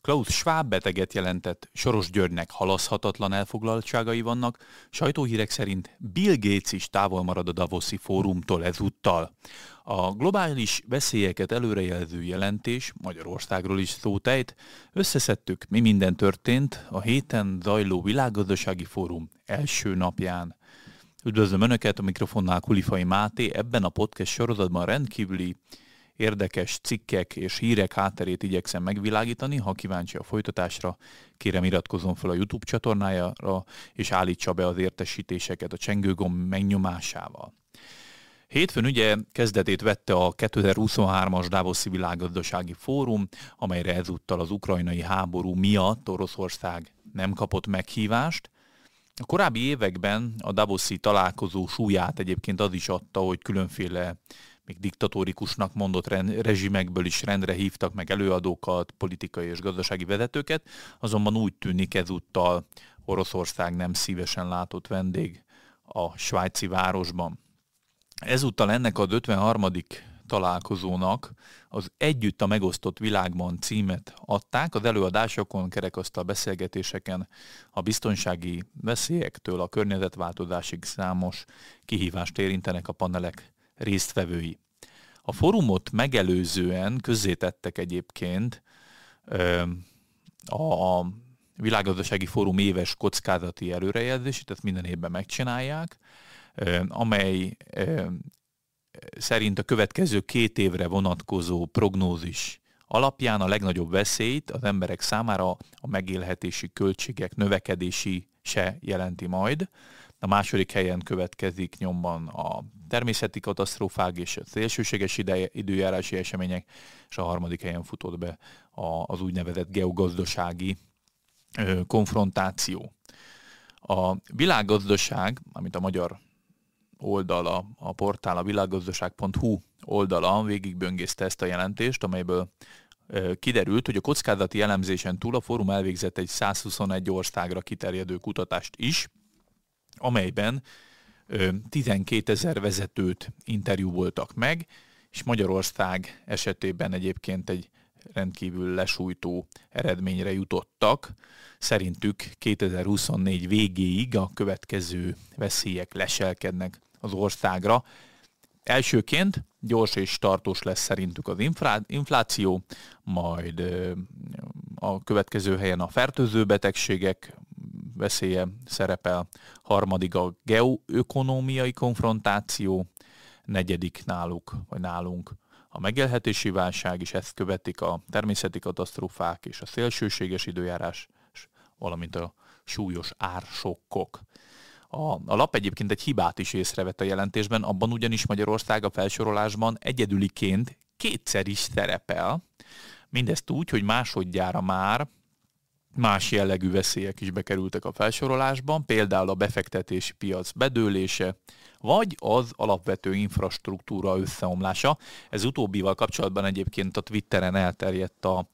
Klaus Schwab beteget jelentett, Soros Györgynek halaszthatatlan elfoglaltságai vannak, sajtóhírek szerint Bill Gates is távol marad a Davoszi fórumtól ezúttal. A globális veszélyeket előrejelző jelentés Magyarországról is szót ejt. Összeszedtük, mi minden történt a héten zajló világgazdasági fórum első napján. Üdvözlöm Önöket, a mikrofonnál Kulifai Máté, ebben a podcast sorozatban rendkívüli érdekes cikkek és hírek hátterét igyekszem megvilágítani. Ha kíváncsi a folytatásra, kérem iratkozzon fel a YouTube csatornájára, és állítsa be az értesítéseket a csengőgomb megnyomásával. Hétfőn ugye kezdetét vette a 2023-as Davoszi világgazdasági fórum, amelyre ezúttal az ukrajnai háború miatt Oroszország nem kapott meghívást. A korábbi években a Davoszi találkozó súlyát egyébként az is adta, hogy különféle még diktatórikusnak mondott rezsimekből is rendre hívtak meg előadókat, politikai és gazdasági vezetőket, azonban úgy tűnik ezúttal Oroszország nem szívesen látott vendég a svájci városban. Ezúttal ennek az 53. találkozónak az Együtt a megosztott világban címet adták. Az előadásokon, kerekasztal beszélgetéseken a biztonsági veszélyektől a környezetváltozásig számos kihívást érintenek a panelek résztvevői. A fórumot megelőzően közzétettek egyébként a világgazdasági fórum éves kockázati előrejelzését, ezt minden évben megcsinálják, amely szerint a következő 2 évre vonatkozó prognózis alapján a legnagyobb veszélyt az emberek számára a megélhetési költségek növekedési se jelenti majd. A második helyen következik nyomban a természeti katasztrófák és a szélsőséges időjárási események, és a harmadik helyen futott be az úgynevezett geogazdasági konfrontáció. A világgazdaság, amit a magyar oldala, a portál, a világgazdaság.hu oldala végigböngészte ezt a jelentést, amelyből kiderült, hogy a kockázati elemzésen túl a fórum elvégzett egy 121 országra kiterjedő kutatást is, amelyben 12 000 vezetőt interjúvoltak meg, és Magyarország esetében egyébként egy rendkívül lesújtó eredményre jutottak. Szerintük 2024 végéig a következő veszélyek leselkednek az országra. Elsőként gyors és tartós lesz szerintük az infláció, majd a következő helyen a fertőző betegségek veszélye szerepel, harmadik a geoökonómiai konfrontáció, negyedik nálunk a megélhetési válság, és ezt követik a természeti katasztrófák és a szélsőséges időjárás, valamint a súlyos ársokkok. A lap egyébként egy hibát is észrevett a jelentésben, abban ugyanis Magyarország a felsorolásban egyedüliként 2-szer is szerepel, mindezt úgy, hogy másodjára már más jellegű veszélyek is bekerültek a felsorolásban, például a befektetési piac bedőlése, vagy az alapvető infrastruktúra összeomlása. Ez utóbbival kapcsolatban egyébként a Twitteren elterjedt a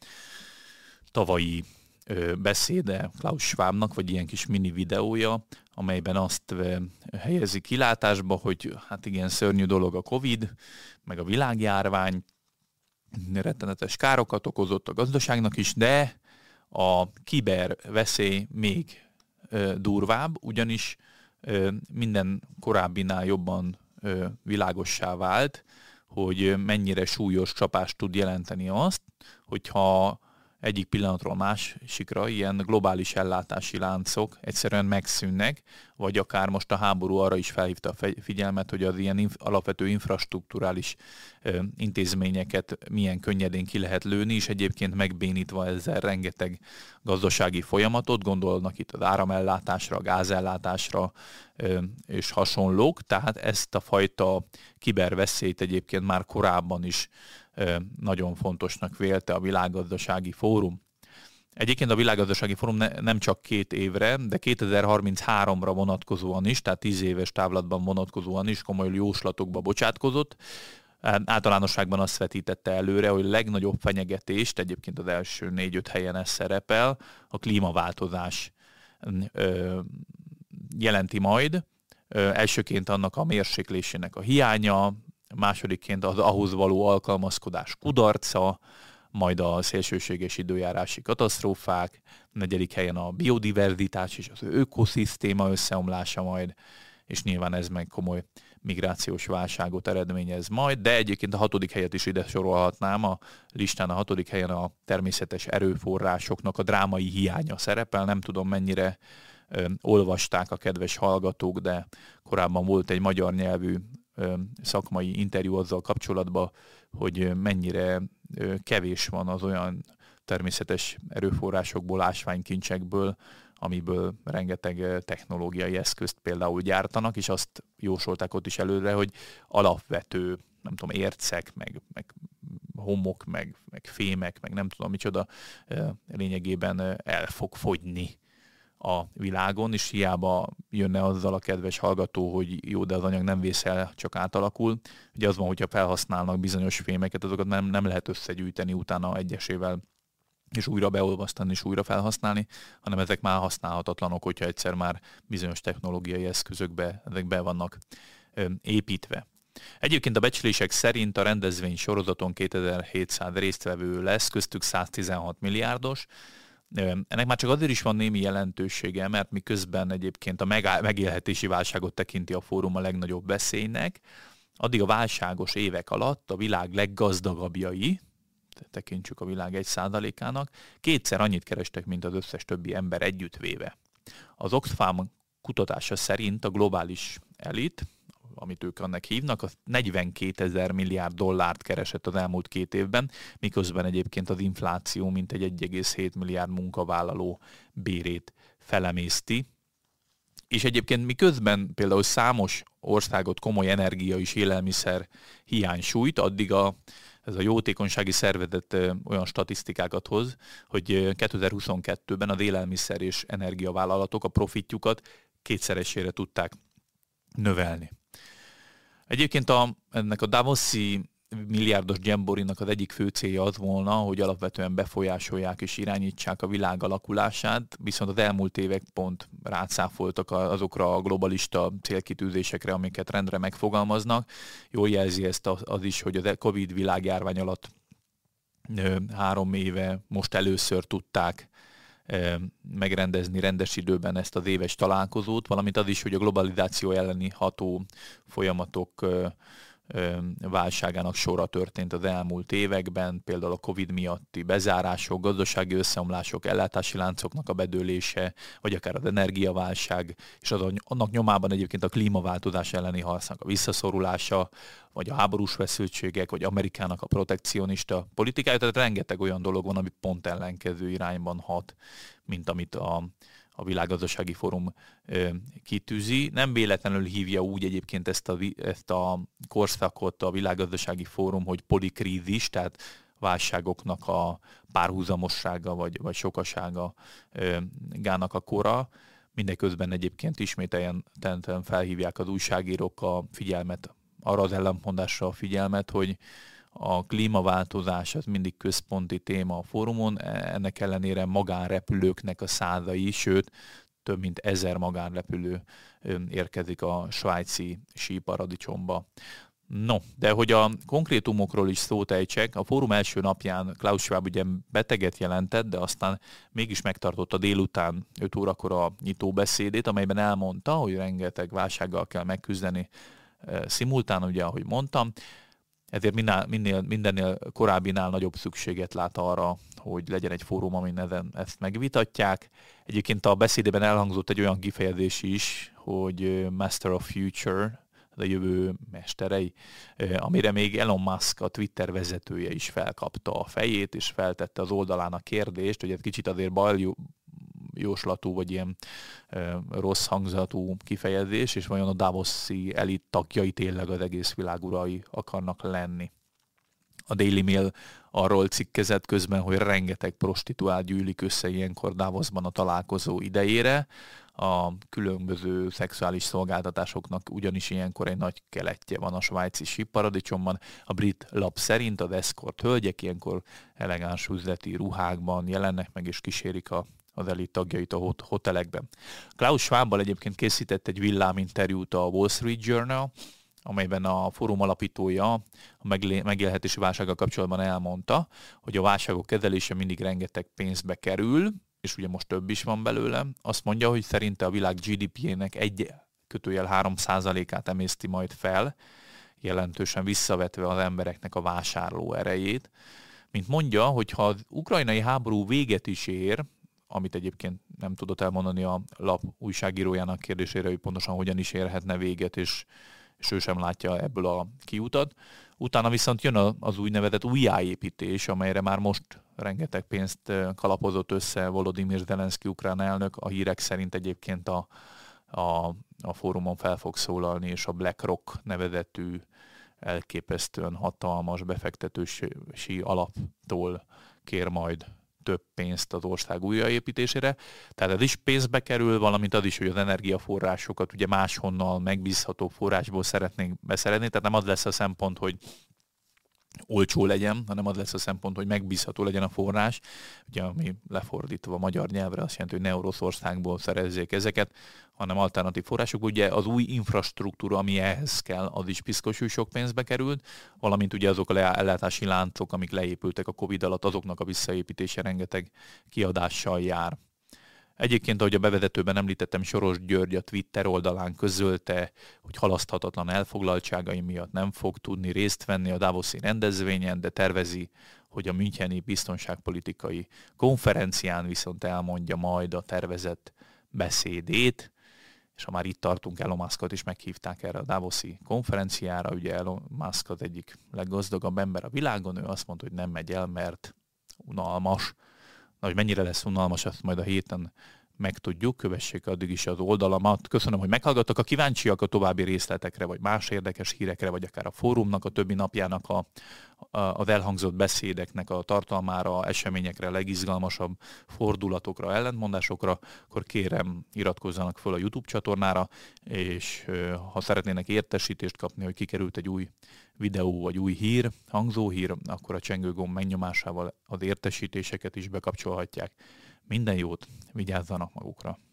tavalyi beszéde Klaus Schwabnak, vagy ilyen kis mini videója, amelyben azt helyezi kilátásba, hogy hát igen, szörnyű dolog a Covid, meg a világjárvány, rettenetes károkat okozott a gazdaságnak is, de a kiberveszély még durvább, ugyanis minden korábbinál jobban világossá vált, hogy mennyire súlyos csapást tud jelenteni azt, hogyha egyik pillanatról másikra ilyen globális ellátási láncok egyszerűen megszűnnek, vagy akár most a háború arra is felhívta a figyelmet, hogy az ilyen alapvető infrastrukturális intézményeket milyen könnyedén ki lehet lőni, és egyébként megbénítva ezzel rengeteg gazdasági folyamatot, gondolnak itt az áramellátásra, a gázellátásra és hasonlók, tehát ezt a fajta kiberveszélyt egyébként már korábban is nagyon fontosnak vélte a világgazdasági fórum. Egyébként a világgazdasági fórum nem csak 2 évre, de 2033-ra vonatkozóan is, tehát 10 éves távlatban vonatkozóan is komoly jóslatokba bocsátkozott. Általánosságban azt vetítette előre, hogy legnagyobb fenyegetést, egyébként az első 4-5 helyen ez szerepel, a klímaváltozás jelenti majd. Elsőként annak a mérséklésének a hiánya, másodikként az ahhoz való alkalmazkodás kudarca, majd a szélsőséges időjárási katasztrófák, 4. helyen a biodiverzitás és az ökoszisztéma összeomlása majd, és nyilván ez meg komoly migrációs válságot eredményez majd, de egyébként a 6. helyet is ide sorolhatnám, a listán a 6. helyen a természetes erőforrásoknak a drámai hiánya szerepel, nem tudom mennyire olvasták a kedves hallgatók, de korábban volt egy magyar nyelvű szakmai interjú azzal kapcsolatban, hogy mennyire kevés van az olyan természetes erőforrásokból, ásványkincsekből, amiből rengeteg technológiai eszközt például gyártanak, és azt jósolták ott is előre, hogy alapvető, nem tudom, ércek, meg homok, meg fémek, meg nem tudom micsoda, lényegében el fog fogyni a világon, és hiába jönne azzal a kedves hallgató, hogy jó, de az anyag nem vész el, csak átalakul. Ugye az van, hogyha felhasználnak bizonyos fémeket, azokat nem lehet összegyűjteni utána egyesével, és újra beolvasztani, és újra felhasználni, hanem ezek már használhatatlanok, hogyha egyszer már bizonyos technológiai eszközökbe ezek be vannak építve. Egyébként a becslések szerint a rendezvény sorozaton 2700 résztvevő lesz, köztük 116 milliárdos. Ennek már csak azért is van némi jelentősége, mert miközben egyébként a megélhetési válságot tekinti a fórum a legnagyobb veszélynek, addig a válságos évek alatt a világ leggazdagabbjai, tekintsük a világ 1%-ának, kétszer annyit kerestek, mint az összes többi ember együttvéve. Az Oxfam kutatása szerint a globális elit, amit ők annak hívnak, az 42 000 milliárd dollárt keresett az elmúlt 2 évben, miközben egyébként az infláció mintegy 1,7 milliárd munkavállaló bérét felemészti. És egyébként miközben például számos országot komoly energia és élelmiszer hiány sújt, addig ez a jótékonysági szervezet olyan statisztikákat hoz, hogy 2022-ben az élelmiszer és energiavállalatok a profitjukat 2-szeresére tudták növelni. Egyébként ennek a Davoszi milliárdos Jamborinak az egyik fő célja az volna, hogy alapvetően befolyásolják és irányítsák a világ alakulását, viszont az elmúlt évek pont rácáfoltak azokra a globalista célkitűzésekre, amiket rendre megfogalmaznak. Jól jelzi ezt az is, hogy a Covid világjárvány alatt 3 éve most először tudták megrendezni rendes időben ezt az éves találkozót, valamint az is, hogy a globalizáció elleni ható folyamatok válságának sora történt az elmúlt években, például a Covid miatti bezárások, gazdasági összeomlások, ellátási láncoknak a bedőlése, vagy akár az energiaválság, és annak nyomában egyébként a klímaváltozás elleni harcnak a visszaszorulása, vagy a háborús feszültségek, vagy Amerikának a protekcionista politikája, tehát rengeteg olyan dolog van, ami pont ellenkező irányban hat, mint amit a Világgazdasági Fórum kitűzi. Nem véletlenül hívja úgy egyébként ezt a korszakot a Világgazdasági Fórum, hogy polikrízis, tehát válságoknak a párhuzamossága vagy sokasága gának a kora. Mindeközben egyébként ismételten felhívják az újságírók a figyelmet, arra az ellentmondásra a figyelmet, hogy a klímaváltozás az mindig központi téma a fórumon, ennek ellenére magánrepülőknek a százai, sőt több mint 1000 magánrepülő érkezik a svájci síparadicsomba. No, de hogy a konkrétumokról is szót ejtsek, a fórum első napján Klaus Schwab ugye beteget jelentett, de aztán mégis megtartotta délután 5 órakor a nyitóbeszédét, amelyben elmondta, hogy rengeteg válsággal kell megküzdeni szimultán, ugye, ahogy mondtam, ezért mindennél korábbinál nagyobb szükséget lát arra, hogy legyen egy fórum, amin ezt megvitatják. Egyébként a beszédében elhangzott egy olyan kifejezés is, hogy Master of Future, a jövő mesterei, amire még Elon Musk, a Twitter vezetője is felkapta a fejét, és feltette az oldalán a kérdést, hogy ez kicsit azért jóslatú, vagy ilyen rossz hangzatú kifejezés, és vajon a Davoszi elit tagjai tényleg az egész világ urai akarnak lenni. A Daily Mail arról cikkezett közben, hogy rengeteg prostituált gyűlik össze ilyenkor Davosban a találkozó idejére. A különböző szexuális szolgáltatásoknak ugyanis ilyenkor egy nagy keletje van a svájci síparadicsomban. A brit lap szerint az escort hölgyek ilyenkor elegáns üzleti ruhákban jelennek meg, és kísérik az elit tagjait a hotelekben. Klaus Schwabbal egyébként készített egy villáminterjút a Wall Street Journal, amelyben a fórum alapítója a megélhetési válsággal kapcsolatban elmondta, hogy a válságok kezelése mindig rengeteg pénzbe kerül, és ugye most több is van belőle. Azt mondja, hogy szerinte a világ GDP-jének 1,3%-át emészti majd fel, jelentősen visszavetve az embereknek a vásárló erejét. Mint mondja, hogy ha az ukrajnai háború véget is ér, amit egyébként nem tudott elmondani a lap újságírójának kérdésére, hogy pontosan hogyan is érhetne véget, és ő sem látja ebből a kiutat. Utána viszont jön az úgynevezett újjáépítés, amelyre már most rengeteg pénzt kalapozott össze Volodymyr Zelenszky ukrán elnök. A hírek szerint egyébként a fórumon fel fog szólalni, és a BlackRock nevezetű elképesztően hatalmas befektetési alaptól kér majd több pénzt az ország újjáépítésére. Tehát ez is pénzbe kerül, valamint az is, hogy az energiaforrásokat ugye máshonnan megbízható forrásból szeretnénk beszerezni, tehát nem az lesz a szempont, hogy olcsó legyen, hanem az lesz a szempont, hogy megbízható legyen a forrás. Ugye, ami lefordítva a magyar nyelvre azt jelenti, hogy ne Oroszországból szerezzék ezeket, hanem alternatív források. Ugye az új infrastruktúra, ami ehhez kell, az is piszkosul sok pénzbe került, valamint ugye azok a ellátási láncok, amik leépültek a Covid alatt, azoknak a visszaépítése rengeteg kiadással jár. Egyébként, ahogy a bevezetőben említettem, Soros György a Twitter oldalán közölte, hogy halaszthatatlan elfoglaltságai miatt nem fog tudni részt venni a Davoszi rendezvényen, de tervezi, hogy a müncheni biztonságpolitikai konferencián viszont elmondja majd a tervezett beszédét, és ha már itt tartunk, Elon Muskot is meghívták erre a Davoszi konferenciára. Ugye Elon Musk az egyik leggazdagabb ember a világon, ő azt mondta, hogy nem megy el, mert unalmas. Na, hogy mennyire lesz unalmas, azt majd a héten megtudjuk, kövessék addig is az oldalamat. Köszönöm, hogy meghallgattak. A kíváncsiak a további részletekre, vagy más érdekes hírekre, vagy akár a fórumnak, a többi napjának az elhangzott beszédeknek a tartalmára, eseményekre, legizgalmasabb fordulatokra, ellentmondásokra, akkor kérem, iratkozzanak föl a YouTube csatornára, és ha szeretnének értesítést kapni, hogy kikerült egy új videó vagy új hír, hangzóhír, akkor a csengőgomb megnyomásával az értesítéseket is bekapcsolhatják. Minden jót, vigyázzanak magukra!